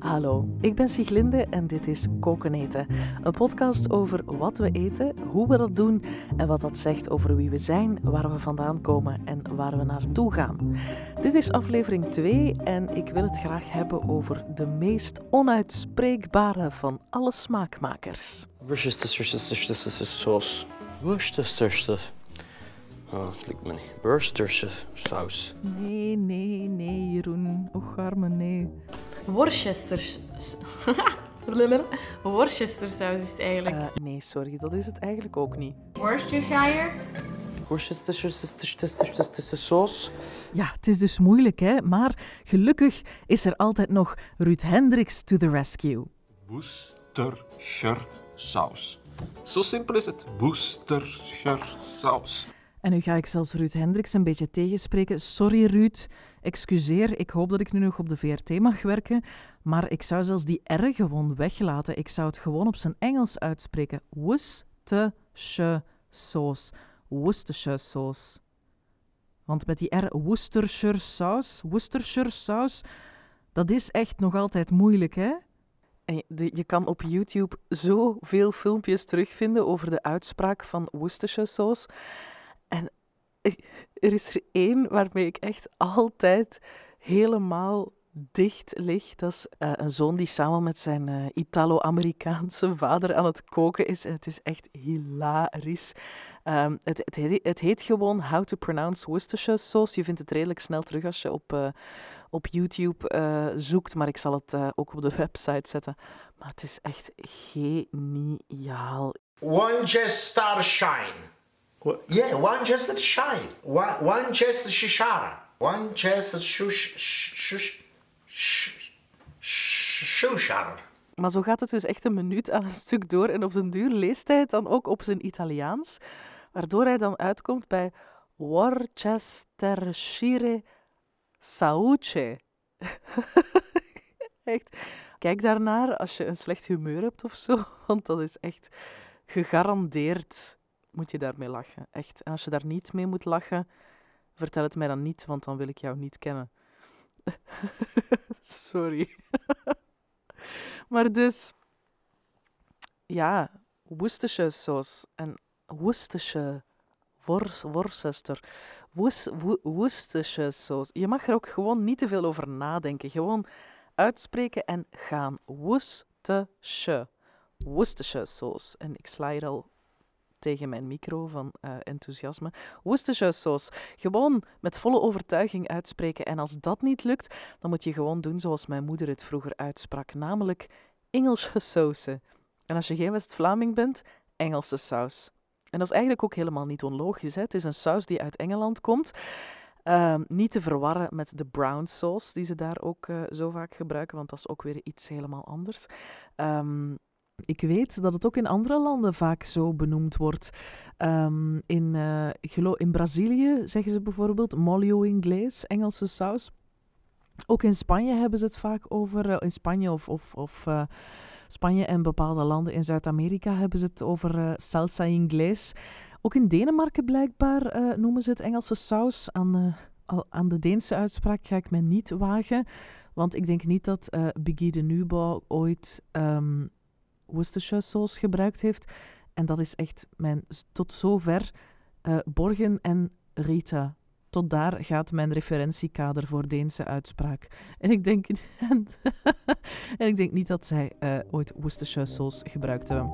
Hallo, ik ben Sieglinde en dit is Koken Eten. Een podcast over wat we eten, hoe we dat doen en wat dat zegt over wie we zijn, waar we vandaan komen en waar we naartoe gaan. Dit is aflevering 2 en ik wil het graag hebben over de meest onuitspreekbare van alle smaakmakers. Worcestershire saus. Worcestershire. Oh, het lukt me niet. Worcestershire saus. Nee, Jeroen. Och, arme nee. Worcestersaus is het eigenlijk. Nee, sorry, dat is het eigenlijk ook niet. Worcestershire? Worcestershire saus. Ja, het is dus moeilijk, hè? Maar gelukkig is er altijd nog Ruud Hendricks to the rescue. Worcestershire saus. Zo simpel is het. Worcestershire saus. En nu ga ik zelfs Ruud Hendricks een beetje tegenspreken. Sorry Ruud, excuseer, ik hoop dat ik nu nog op de VRT mag werken. Maar ik zou zelfs die R gewoon weglaten. Ik zou het gewoon op zijn Engels uitspreken. Worcestershire sauce. Worcestershire sauce. Want met die R, Worcestershire saus, dat is echt nog altijd moeilijk, hè? En je kan op YouTube zoveel filmpjes terugvinden over de uitspraak van Worcestershire sauce. En er is er één waarmee ik echt altijd helemaal dicht lig. Dat is een zoon die samen met zijn Italo-Amerikaanse vader aan het koken is. En het is echt hilarisch. Het heet gewoon How to Pronounce Worcestershire Sauce. Je vindt het redelijk snel terug als je op YouTube zoekt. Maar ik zal het ook op de website zetten. Maar het is echt geniaal. Worcestershire. Yeah, Worcestershire. Worcestershire. Worcestershire. Maar zo gaat het dus echt een minuut aan een stuk door. En op den duur leest hij het dan ook op zijn Italiaans. Waardoor hij dan uitkomt bij Worcestershire sauce. Echt. Kijk daarnaar als je een slecht humeur hebt of zo. Want dat is echt gegarandeerd. Moet je daarmee lachen. Echt. En als je daar niet mee moet lachen, vertel het mij dan niet, want dan wil ik jou niet kennen. Sorry. Maar dus, ja, Worcestershire sauce en Worcestershire, Worcestershire sauce. Je mag er ook gewoon niet te veel over nadenken. Gewoon uitspreken en gaan. Worcestershire sauce. En ik sla hier al tegen mijn micro van enthousiasme. Worcestershire sauce. Gewoon met volle overtuiging uitspreken. En als dat niet lukt, dan moet je gewoon doen zoals mijn moeder het vroeger uitsprak. Namelijk Engelse sausen. En als je geen West-Vlaming bent, Engelse saus. En dat is eigenlijk ook helemaal niet onlogisch, hè? Het is een saus die uit Engeland komt. Niet te verwarren met de brown sauce, die ze daar ook zo vaak gebruiken, want dat is ook weer iets helemaal anders. Ik weet dat het ook in andere landen vaak zo benoemd wordt. In Brazilië zeggen ze bijvoorbeeld molho inglés, Engelse saus. Ook in Spanje hebben ze het vaak over. In Spanje of Spanje en bepaalde landen in Zuid-Amerika hebben ze het over salsa inglés. Ook in Denemarken blijkbaar noemen ze het Engelse saus. Aan de Deense uitspraak ga ik me niet wagen. Want ik denk niet dat Birgitte Nubo ooit Worcestershire sauce gebruikt heeft. En dat is echt tot zover Borgen en Rita. Tot daar gaat mijn referentiekader voor Deense uitspraak. En ik denk, en ik denk niet dat zij ooit Worcestershire sauce gebruikt hebben.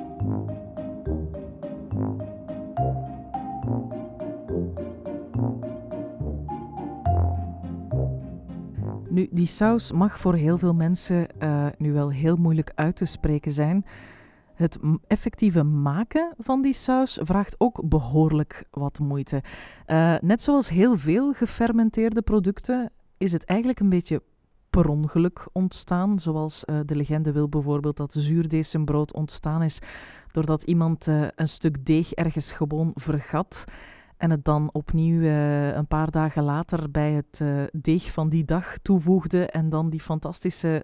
Nu, die saus mag voor heel veel mensen nu wel heel moeilijk uit te spreken zijn. Het effectieve maken van die saus vraagt ook behoorlijk wat moeite. Net zoals heel veel gefermenteerde producten is het eigenlijk een beetje per ongeluk ontstaan. Zoals de legende wil bijvoorbeeld dat zuurdesembrood ontstaan is doordat iemand een stuk deeg ergens gewoon vergat en het dan opnieuw een paar dagen later bij het deeg van die dag toevoegde en dan die fantastische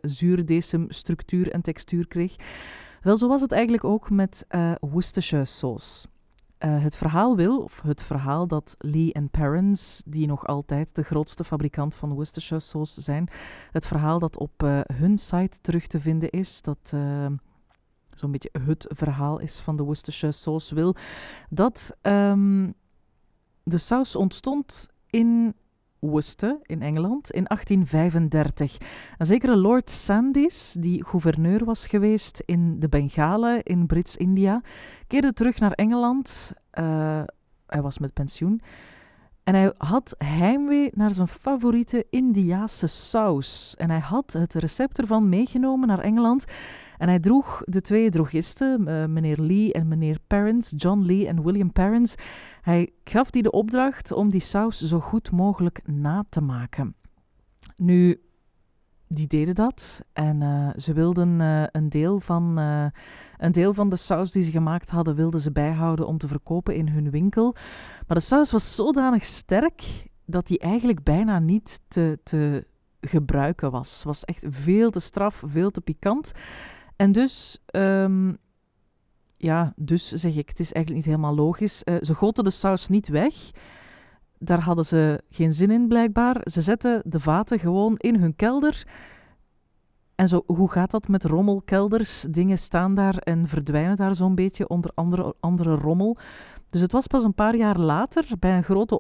zuurdesemstructuur en textuur kreeg. Wel, zo was het eigenlijk ook met Worcestershire sauce. Het verhaal dat Lee & Perrins, die nog altijd de grootste fabrikant van Worcestershire sauce zijn, het verhaal dat op hun site terug te vinden is, dat zo'n beetje het verhaal is van de Worcestershire sauce, wil dat de saus ontstond in Worcester in Engeland in 1835. Een zekere Lord Sandys, die gouverneur was geweest in de Bengalen in Brits-India, keerde terug naar Engeland. Hij was met pensioen. En hij had heimwee naar zijn favoriete Indiase saus. En hij had het recept ervan meegenomen naar Engeland. En hij droeg de twee drogisten, meneer Lee en meneer Perrins, John Lee en William Perrins. Hij gaf die de opdracht om die saus zo goed mogelijk na te maken. Nu, die deden dat en ze wilden een deel van de saus die ze gemaakt hadden, wilden ze bijhouden om te verkopen in hun winkel. Maar de saus was zodanig sterk dat die eigenlijk bijna niet te gebruiken was. Het was echt veel te straf, veel te pikant. En dus, dus zeg ik, het is eigenlijk niet helemaal logisch. Ze goten de saus niet weg. Daar hadden ze geen zin in, blijkbaar. Ze zetten de vaten gewoon in hun kelder. En zo, hoe gaat dat met rommelkelders? Dingen staan daar en verdwijnen daar zo'n beetje onder andere rommel. Dus het was pas een paar jaar later, bij een grote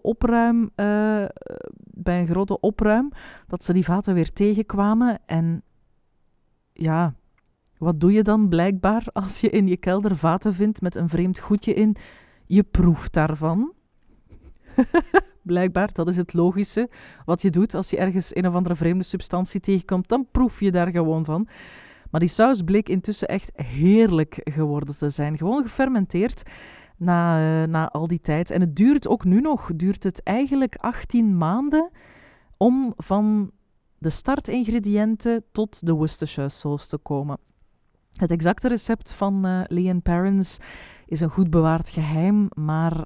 opruim, dat ze die vaten weer tegenkwamen. En ja, wat doe je dan blijkbaar als je in je kelder vaten vindt met een vreemd goedje in? Je proeft daarvan. Blijkbaar, dat is het logische wat je doet als je ergens een of andere vreemde substantie tegenkomt. Dan proef je daar gewoon van. Maar die saus bleek intussen echt heerlijk geworden te zijn. Gewoon gefermenteerd na al die tijd. En het duurt ook nu nog, duurt het eigenlijk 18 maanden om van de startingrediënten tot de Worcestershire sauce te komen. Het exacte recept van Lee & Perrins is een goed bewaard geheim, maar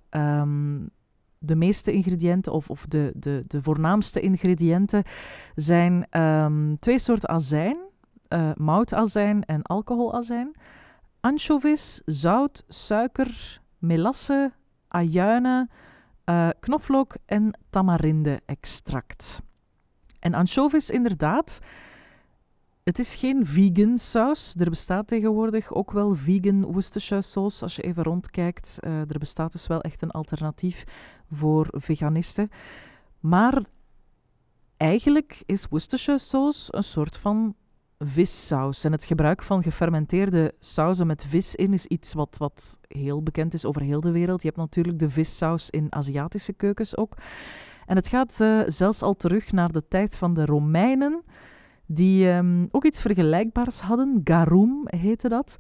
de meeste ingrediënten, of de voornaamste ingrediënten, zijn 2 soorten azijn, moutazijn en alcoholazijn, anchovies, zout, suiker, melasse, ajuinen, knoflook en tamarinde-extract. En anchovies inderdaad, het is geen vegan saus. Er bestaat tegenwoordig ook wel vegan Worcestershire sauce. Als je even rondkijkt, er bestaat dus wel echt een alternatief voor veganisten. Maar eigenlijk is Worcestershire sauce een soort van vissaus. En het gebruik van gefermenteerde sauzen met vis in is iets wat heel bekend is over heel de wereld. Je hebt natuurlijk de vissaus in Aziatische keukens ook. En het gaat zelfs al terug naar de tijd van de Romeinen, die ook iets vergelijkbaars hadden. Garum heette dat.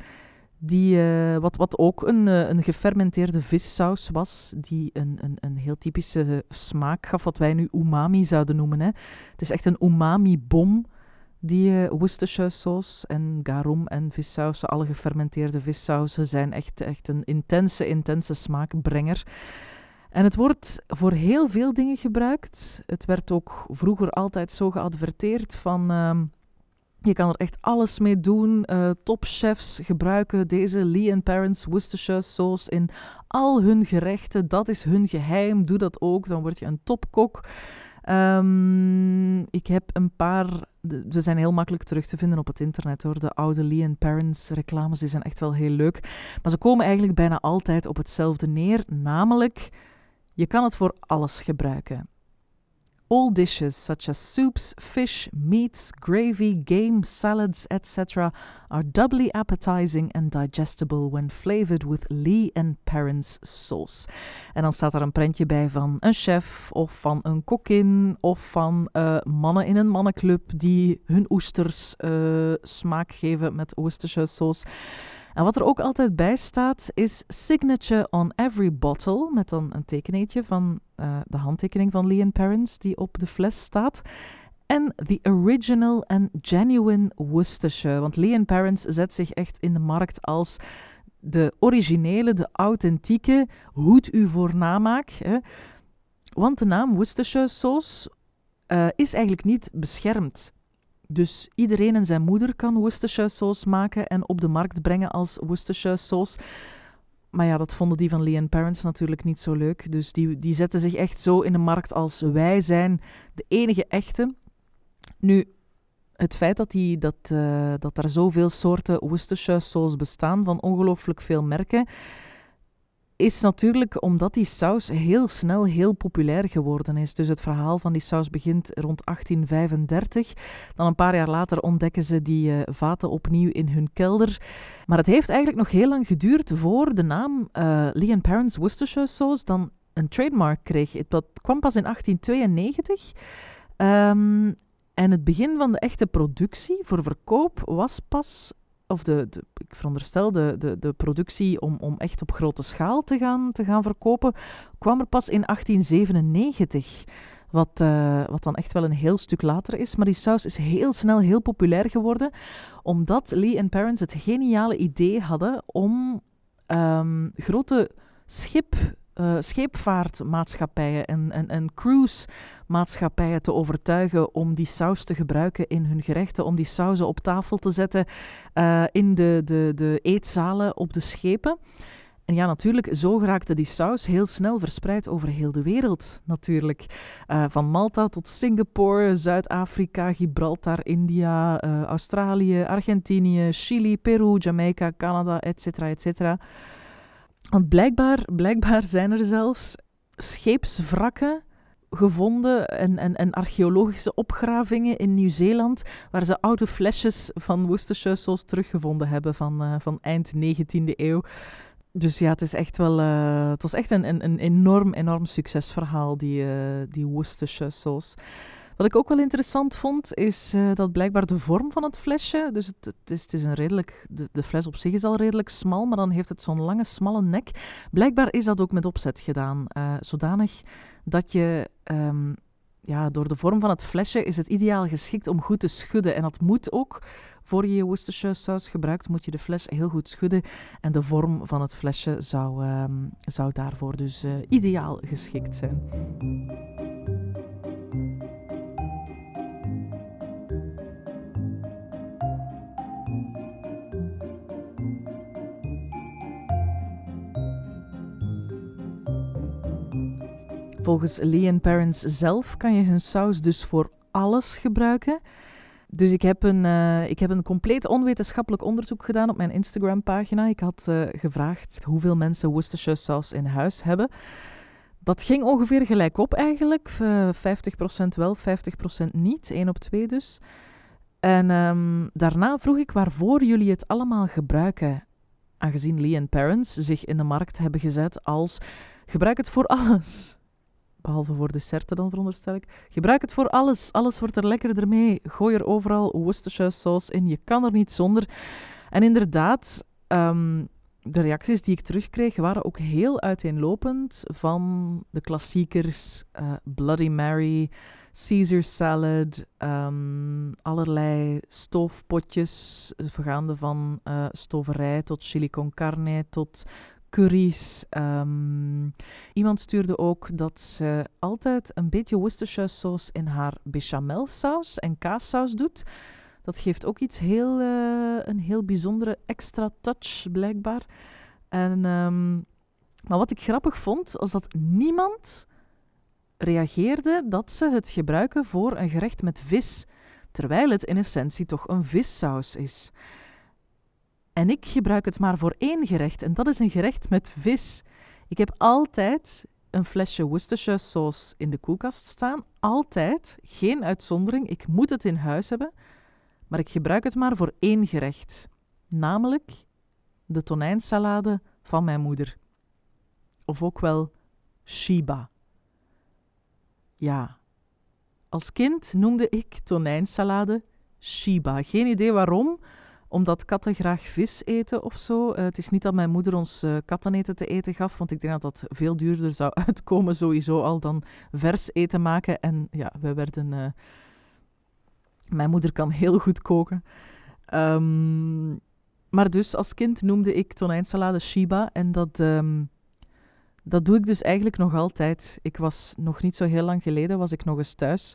Wat ook een gefermenteerde vissaus was, die een heel typische smaak gaf, wat wij nu umami zouden noemen. Hè. Het is echt een umami-bom, die Worcestershire sauce en garum en vissausen. Alle gefermenteerde vissausen zijn echt een intense smaakbrenger. En het wordt voor heel veel dingen gebruikt. Het werd ook vroeger altijd zo geadverteerd van je kan er echt alles mee doen. Topchefs gebruiken deze Lee & Perrins Worcestershire sauce in al hun gerechten. Dat is hun geheim. Doe dat ook, dan word je een topkok. Ik heb een paar... Ze zijn heel makkelijk terug te vinden op het internet, hoor. De oude Lee & Perrins reclames, die zijn echt wel heel leuk. Maar ze komen eigenlijk bijna altijd op hetzelfde neer, namelijk je kan het voor alles gebruiken. All dishes, such as soups, fish, meats, gravy, game, salads, etc. are doubly appetizing and digestible when flavored with Lee & Perrins sauce. En dan staat er een prentje bij van een chef of van een kokkin of van mannen in een mannenclub die hun oesters smaak geven met Worcestershire sauce. En wat er ook altijd bij staat is signature on every bottle, met dan een tekeneetje van de handtekening van Lee & Perrins die op de fles staat. En the original and genuine Worcestershire. Want Lee & Perrins zet zich echt in de markt als de originele, de authentieke, hoed u voor namaak. Hè. Want de naam Worcestershire sauce is eigenlijk niet beschermd. Dus iedereen en zijn moeder kan Worcestershire sauce maken en op de markt brengen als Worcestershire sauce. Maar ja, dat vonden die van Lee Parents natuurlijk niet zo leuk. Dus die zetten zich echt zo in de markt als wij zijn de enige echte. Nu, het feit dat er zoveel soorten Worcestershire sauce bestaan van ongelooflijk veel merken, is natuurlijk omdat die saus heel snel heel populair geworden is. Dus het verhaal van die saus begint rond 1835. Dan een paar jaar later ontdekken ze die vaten opnieuw in hun kelder. Maar het heeft eigenlijk nog heel lang geduurd voor de naam Lee Parents Worcestershire sauce dan een trademark kreeg. Dat kwam pas in 1892. En het begin van de echte productie voor verkoop was pas, of ik veronderstel de productie om echt op grote schaal te gaan verkopen, kwam er pas in 1897. Wat dan echt wel een heel stuk later is. Maar die saus is heel snel heel populair geworden, omdat Lee Parents het geniale idee hadden om grote scheepvaartmaatschappijen en cruisemaatschappijen te overtuigen om die saus te gebruiken in hun gerechten, om die sauzen op tafel te zetten in de eetzalen op de schepen. En ja, natuurlijk, zo geraakte die saus heel snel verspreid over heel de wereld, natuurlijk. Van Malta tot Singapore, Zuid-Afrika, Gibraltar, India, Australië, Argentinië, Chili, Peru, Jamaica, Canada, etc. Want blijkbaar zijn er zelfs scheepswrakken gevonden en archeologische opgravingen in Nieuw-Zeeland, waar ze oude flesjes van Worcestershire sauce teruggevonden hebben van eind 19e eeuw. Dus ja, het was echt een enorm succesverhaal, die Worcestershire sauce. Wat ik ook wel interessant vond, is dat blijkbaar de vorm van het flesje, dus het is een redelijk, de fles op zich is al redelijk smal, maar dan heeft het zo'n lange, smalle nek. Blijkbaar is dat ook met opzet gedaan, zodanig dat je, door de vorm van het flesje is het ideaal geschikt om goed te schudden. En dat moet ook, voor je Worcestershire saus gebruikt, moet je de fles heel goed schudden. En de vorm van het flesje zou daarvoor dus ideaal geschikt zijn. Volgens Lee Parents zelf kan je hun saus dus voor alles gebruiken. Dus ik heb een compleet onwetenschappelijk onderzoek gedaan op mijn Instagram-pagina. Ik had gevraagd hoeveel mensen Worcestershire saus in huis hebben. Dat ging ongeveer gelijk op eigenlijk. 50% wel, 50% niet. 1 op 2 dus. En daarna vroeg ik waarvoor jullie het allemaal gebruiken. Aangezien Lee Parents zich in de markt hebben gezet als gebruik het voor alles. Behalve voor desserten dan, veronderstel ik. Gebruik het voor alles. Alles wordt er lekkerder mee. Gooi er overal Worcestershire sauce in. Je kan er niet zonder. En inderdaad, de reacties die ik terugkreeg waren ook heel uiteenlopend. Van de klassiekers, Bloody Mary, Caesar salad, allerlei stoofpotjes, vergaande van stoverij tot chili con carne, tot curry's. Iemand stuurde ook dat ze altijd een beetje Worcestershire sauce in haar bechamelsaus en kaassaus doet. Dat geeft ook iets een heel bijzondere extra touch, blijkbaar. Maar wat ik grappig vond, was dat niemand reageerde dat ze het gebruiken voor een gerecht met vis, terwijl het in essentie toch een vissaus is. En ik gebruik het maar voor 1 gerecht, en dat is een gerecht met vis. Ik heb altijd een flesje Worcestershire sauce in de koelkast staan. Altijd, geen uitzondering. Ik moet het in huis hebben, maar ik gebruik het maar voor 1 gerecht. Namelijk de tonijnsalade van mijn moeder. Of ook wel Shiba. Ja, als kind noemde ik tonijnsalade Shiba. Geen idee waarom, omdat katten graag vis eten of zo. Het is niet dat mijn moeder ons katteneten te eten gaf, want ik denk dat dat veel duurder zou uitkomen sowieso al dan vers eten maken. En ja, wij werden... Mijn moeder kan heel goed koken. Maar dus als kind noemde ik tonijnsalade Shiba en dat doe ik dus eigenlijk nog altijd. Ik was nog niet zo heel lang geleden, was ik nog eens thuis.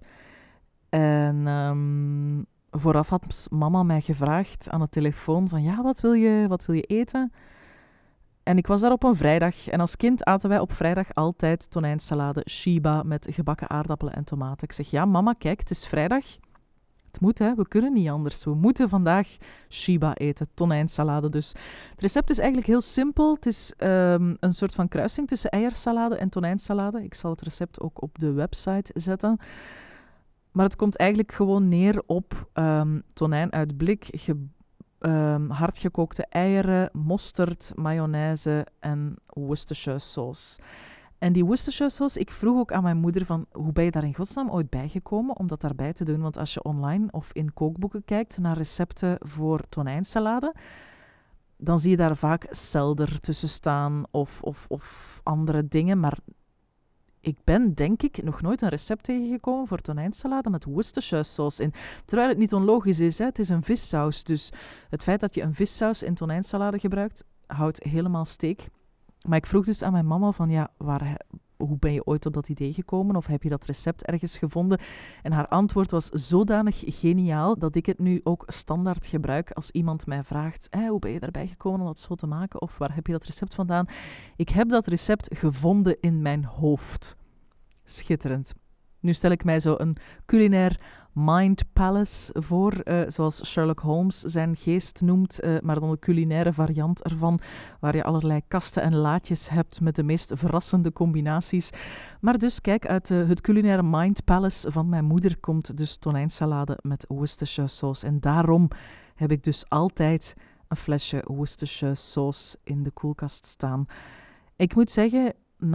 En vooraf had mama mij gevraagd aan de telefoon van ja, wat wil je eten? En ik was daar op een vrijdag. En als kind aten wij op vrijdag altijd tonijnsalade Shiba met gebakken aardappelen en tomaten. Ik zeg, ja mama, kijk, het is vrijdag. Het moet, hè. We kunnen niet anders. We moeten vandaag Shiba eten, tonijnsalade dus. Het recept is eigenlijk heel simpel. Het is een soort van kruising tussen eiersalade en tonijnsalade. Ik zal het recept ook op de website zetten. Maar het komt eigenlijk gewoon neer op tonijn uit blik, hardgekookte eieren, mosterd, mayonaise en Worcestershire sauce. En die Worcestershire sauce, ik vroeg ook aan mijn moeder van hoe ben je daar in godsnaam ooit bijgekomen om dat daarbij te doen? Want als je online of in kookboeken kijkt naar recepten voor tonijnsalade, dan zie je daar vaak selder tussen staan of andere dingen. Maar ik ben, denk ik, nog nooit een recept tegengekomen voor tonijnsalade met Worcestershire sauce in. Terwijl het niet onlogisch is, hè? Het is een vissaus. Dus het feit dat je een vissaus in tonijnsalade gebruikt, houdt helemaal steek. Maar ik vroeg dus aan mijn mama van, ja, hoe ben je ooit op dat idee gekomen? Of heb je dat recept ergens gevonden? En haar antwoord was zodanig geniaal dat ik het nu ook standaard gebruik als iemand mij vraagt, hoe ben je daarbij gekomen om dat zo te maken? Of waar heb je dat recept vandaan? Ik heb dat recept gevonden in mijn hoofd. Schitterend. Nu stel ik mij zo een culinair mind palace voor, zoals Sherlock Holmes zijn geest noemt, maar dan de culinaire variant ervan, waar je allerlei kasten en laadjes hebt met de meest verrassende combinaties. Maar dus, kijk, uit het culinaire mind palace van mijn moeder komt dus tonijnsalade met Worcestershire sauce. En daarom heb ik dus altijd een flesje Worcestershire sauce in de koelkast staan. Ik moet zeggen,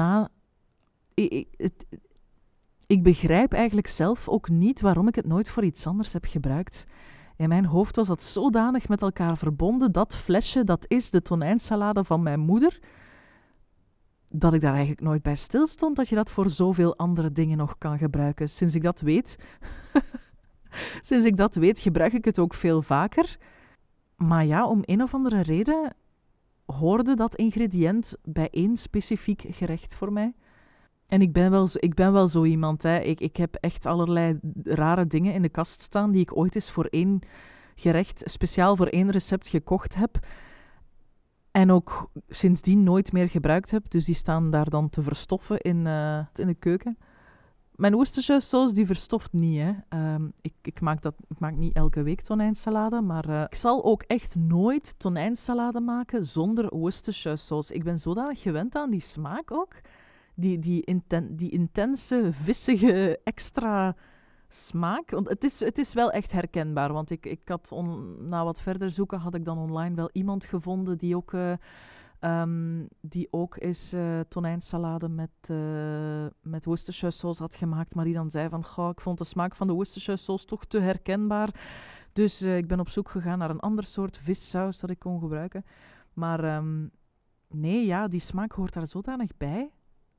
ik begrijp eigenlijk zelf ook niet waarom ik het nooit voor iets anders heb gebruikt. In mijn hoofd was dat zodanig met elkaar verbonden, dat flesje, dat is de tonijnsalade van mijn moeder, dat ik daar eigenlijk nooit bij stilstond, dat je dat voor zoveel andere dingen nog kan gebruiken. Sinds ik dat weet, gebruik ik het ook veel vaker. Maar ja, om een of andere reden hoorde dat ingrediënt bij één specifiek gerecht voor mij. En ik ben wel zo iemand. Hè. Ik heb echt allerlei rare dingen in de kast staan die ik ooit eens voor één gerecht, speciaal voor één recept gekocht heb. En ook sindsdien nooit meer gebruikt heb. Dus die staan daar dan te verstoffen in de keuken. Mijn Worcestershire sauce die verstoft niet. Hè. Ik maak niet elke week tonijnsalade, maar ik zal ook echt nooit tonijnsalade maken zonder Worcestershire sauce. Ik ben zodanig gewend aan die smaak ook. Die intense, vissige, extra smaak. Want het is wel echt herkenbaar. Want ik had na wat verder zoeken, had ik dan online wel iemand gevonden die ook eens tonijnsalade met Worcestershire sauce had gemaakt. Maar die dan zei van, goh, ik vond de smaak van de Worcestershire sauce toch te herkenbaar. Dus ik ben op zoek gegaan naar een ander soort vissaus dat ik kon gebruiken. Maar nee, ja, die smaak hoort daar zodanig bij.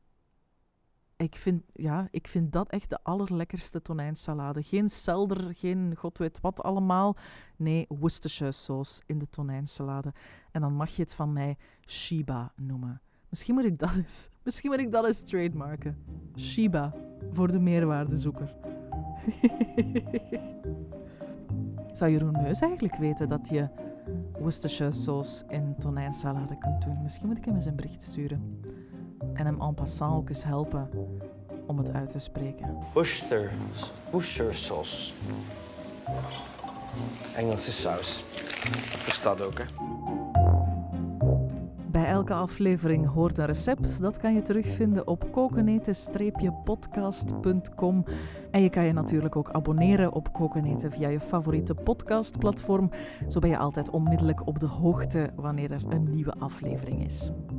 Ik vind dat echt de allerlekkerste tonijnsalade. Geen selder, geen god weet wat allemaal. Nee, Worcestershire sauce in de tonijnsalade. En dan mag je het van mij Shiba noemen. Misschien moet ik dat eens trademarken. Shiba, voor de meerwaardezoeker. Zou Jeroen Meus eigenlijk weten dat je Worcestershire sauce in tonijnsalade kunt doen? Misschien moet ik hem eens een bericht sturen. En hem en passant ook eens helpen om het uit te spreken. Worcestershire sauce. Engelse saus. Bestaat ook, hè. Bij elke aflevering hoort een recept. Dat kan je terugvinden op kokeneten-podcast.com. En je kan je natuurlijk ook abonneren op Kokeneten via je favoriete podcastplatform. Zo ben je altijd onmiddellijk op de hoogte wanneer er een nieuwe aflevering is.